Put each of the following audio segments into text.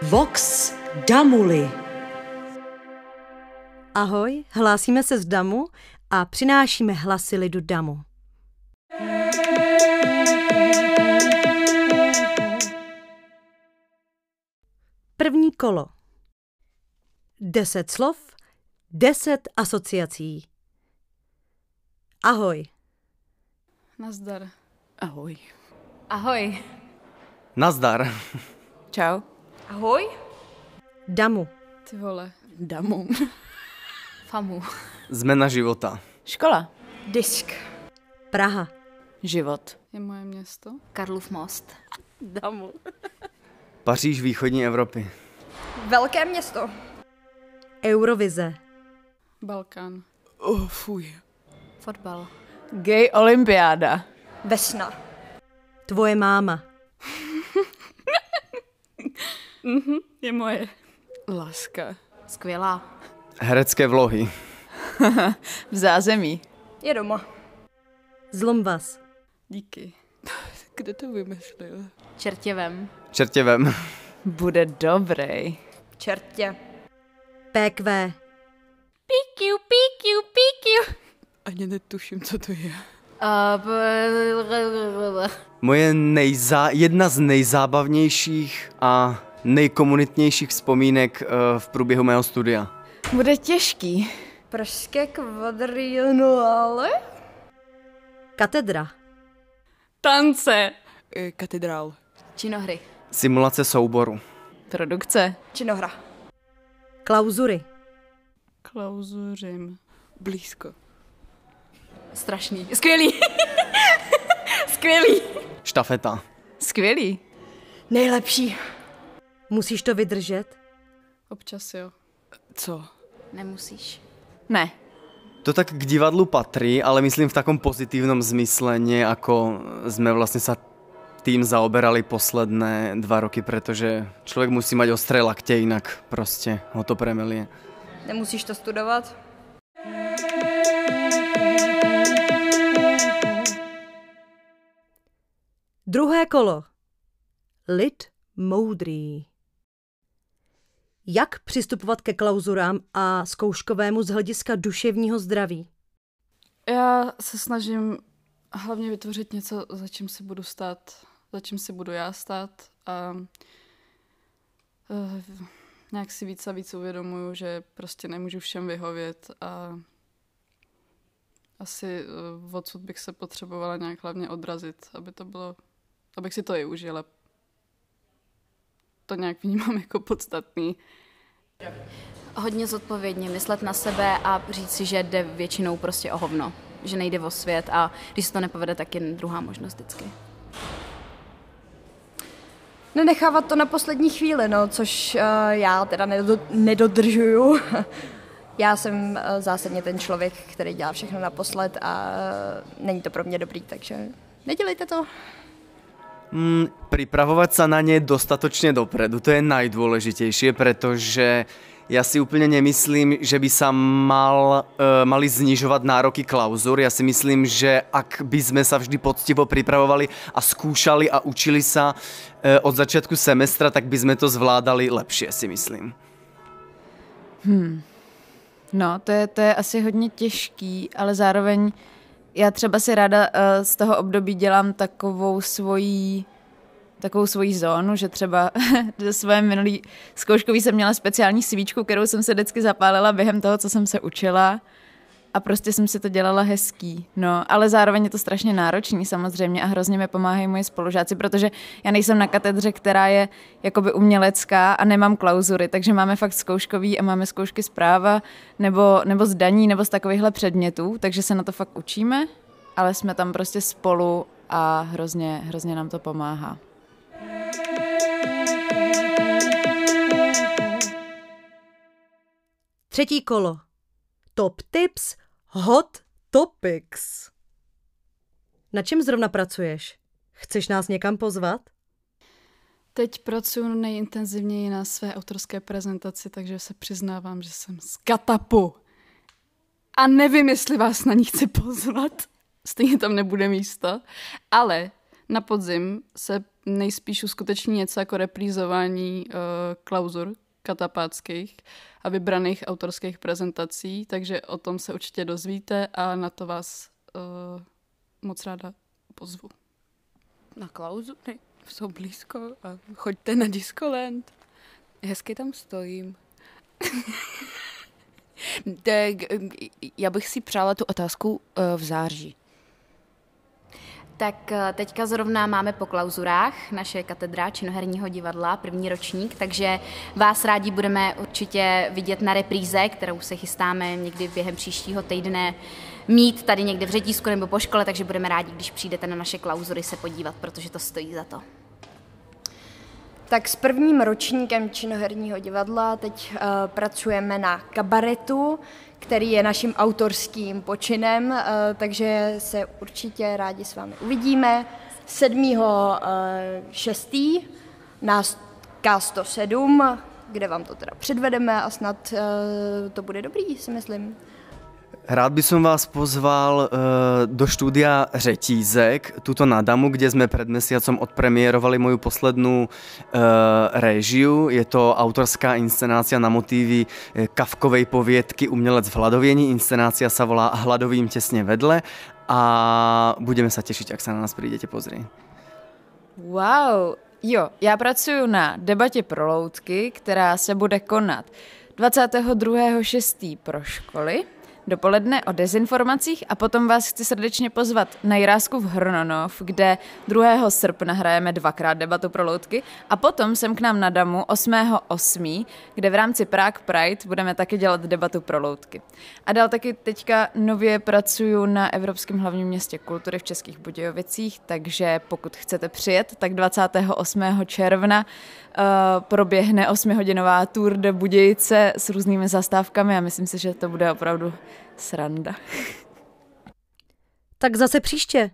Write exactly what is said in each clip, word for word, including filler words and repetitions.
Vox Damuli. Ahoj, hlásíme se z Damu a přinášíme hlasy lidu Damu. První kolo. Deset slov, deset asociací. Ahoj. Nazdar. Ahoj. Ahoj. Nazdar. Čau. Ahoj. Damu. Ty vole. Damu. Famu. Zmena života. Škola. Disk. Praha. Život. Je moje město. Karlův most. Damu. Paříž východní Evropy. Velké město. Eurovize. Balkán. Oh, fuj. Fotbal. Gay olympiáda. Vesna. Tvoje máma. Mhm, je moje. Láska. Skvělá. Herecké vlohy. V zázemí. Je doma. Zlom vás. Díky. Kde to vymyslel? Čertěvem. Čertěvem. Bude dobrý. Čertě. P Q. Píkiu, píkiu, píkiu. Ani netuším, co to je. Uh, b- Moje nejzá, jedna z nejzábavnějších a nejkomunitnějších vzpomínek uh, v průběhu mého studia. Bude těžký. Pražské kvadrianuále. Katedra. Tance. E, katedrál. Činohry. Simulace souboru. Produkce. Činohra. Klauzury. Klauzuřím. Blízko. Strašný. Skvělý. Skvělý. Štafeta. Skvělý. Nejlepší. Musíš to vydržet? Občas jo. Co? Nemusíš. Ne. To tak k divadlu patrí, ale myslím v takom pozitívnom zmysle, nie ako sme vlastne sa tým zaoberali posledné dva roky, pretože človek musí mať ostré lakte, inak proste ho to premelie. Nemusíš to studovat. Druhé kolo. Lid moudrý. Jak přistupovat ke klauzurám a zkouškovému z hlediska duševního zdraví? Já se snažím hlavně vytvořit něco, za čím si budu stát, za čím si budu já stát a uh, nějak si víc a víc uvědomuju, že prostě nemůžu všem vyhovět a asi uh, odsud bych se potřebovala nějak hlavně odrazit, aby to bylo, abych si to i užila. To nějak vnímám jako podstatný. Hodně zodpovědně myslet na sebe a říct si, že jde většinou prostě o hovno. Že nejde o svět a když se to nepovede, tak je druhá možnost vždycky. Nenechávat to na poslední chvíli, no, což uh, já teda nedo- nedodržuju. Já jsem uh, zásadně ten člověk, který dělá všechno naposled a uh, není to pro mě dobrý, takže nedělejte to. Mm, pripravovať sa na ne dostatočne dopredu, to je najdôležitejšie, pretože ja si úplne nemyslím, že by sa mal, e, mali znižovať nároky klauzur. Ja si myslím, že ak by sme sa vždy poctivo pripravovali a skúšali a učili sa e, od začiatku semestra, tak by sme to zvládali lepšie, si myslím. Hmm. No, to je, to je asi hodně těžký, ale zároveň já třeba si ráda uh, z toho období dělám takovou svojí, takovou svojí zónu, že třeba do své minulý zkouškový jsem měla speciální svíčku, kterou jsem se vždycky zapálila během toho, co jsem se učila a prostě jsem si to dělala hezký. No, ale zároveň je to strašně náročný samozřejmě a hrozně mi pomáhají moji spolužáci, protože já nejsem na katedře, která je jakoby umělecká a nemám klauzury, takže máme fakt zkouškový a máme zkoušky z práva nebo, nebo z daní nebo z takovýchhle předmětů, takže se na to fakt učíme, ale jsme tam prostě spolu a hrozně, hrozně nám to pomáhá. Třetí kolo. Top tips, hot topics. Na čem zrovna pracuješ? Chceš nás někam pozvat? Teď pracuji nejintenzivněji na své autorské prezentaci, takže se přiznávám, že jsem z Katapu. A nevím, jestli vás na ní chci pozvat. Stejně tam nebude místo. Ale na podzim se nejspíš uskuteční něco jako reprízování uh, klauzur katapáckých a vybraných autorských prezentací, takže o tom se určitě dozvíte a na to vás uh, moc ráda pozvu. Na klauzury jsou blízko a choďte na Discoland. Hezky tam stojím. Tak, já bych si přála tu otázku uh, v září. Tak teďka zrovna máme po klauzurách naše katedra činoherního divadla, první ročník, takže vás rádi budeme určitě vidět na repríze, kterou se chystáme někdy během příštího týdne mít tady někde v Řetízku nebo po škole, takže budeme rádi, když přijdete na naše klauzury se podívat, protože to stojí za to. Tak s prvním ročníkem činoherního divadla teď uh, pracujeme na kabaretu, který je naším autorským počinem, uh, takže se určitě rádi s vámi uvidíme. sedmého šestého na K sto sedm, kde vám to teda předvedeme a snad uh, to bude dobrý, si myslím. Rád by som vás pozval uh, do štúdia Řetízek, tuto na Damu, kde sme pred mesiacom odpremierovali moju poslednú uh, réžiu. Je to autorská inscenácia na motívy Kafkovej poviedky Umělec v hladovění. Inscenácia sa volá Hladovým tesne vedle a budeme sa tešiť, ak sa na nás prídete pozrieť. Wow, jo, já pracuji na debatě pro loutky, která se bude konat dvacátého druhého šestého pro školy, dopoledne o dezinformacích a potom vás chci srdečně pozvat na Jirásku v Hrononov, kde druhého srpna hrajeme dvakrát debatu pro loutky a potom sem k nám na Damu osmého osmého kde v rámci Prague Pride budeme taky dělat debatu pro loutky. A dál taky teďka nově pracuju na Evropském hlavním městě kultury v Českých Budějovicích, takže pokud chcete přijet, tak dvacátého osmého června uh, proběhne osmihodinová tour de Budějice s různými zastávkami a myslím si, že to bude opravdu sranda. Tak zase příště.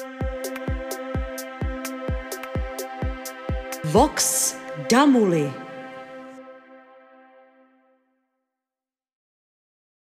Vox Damuli.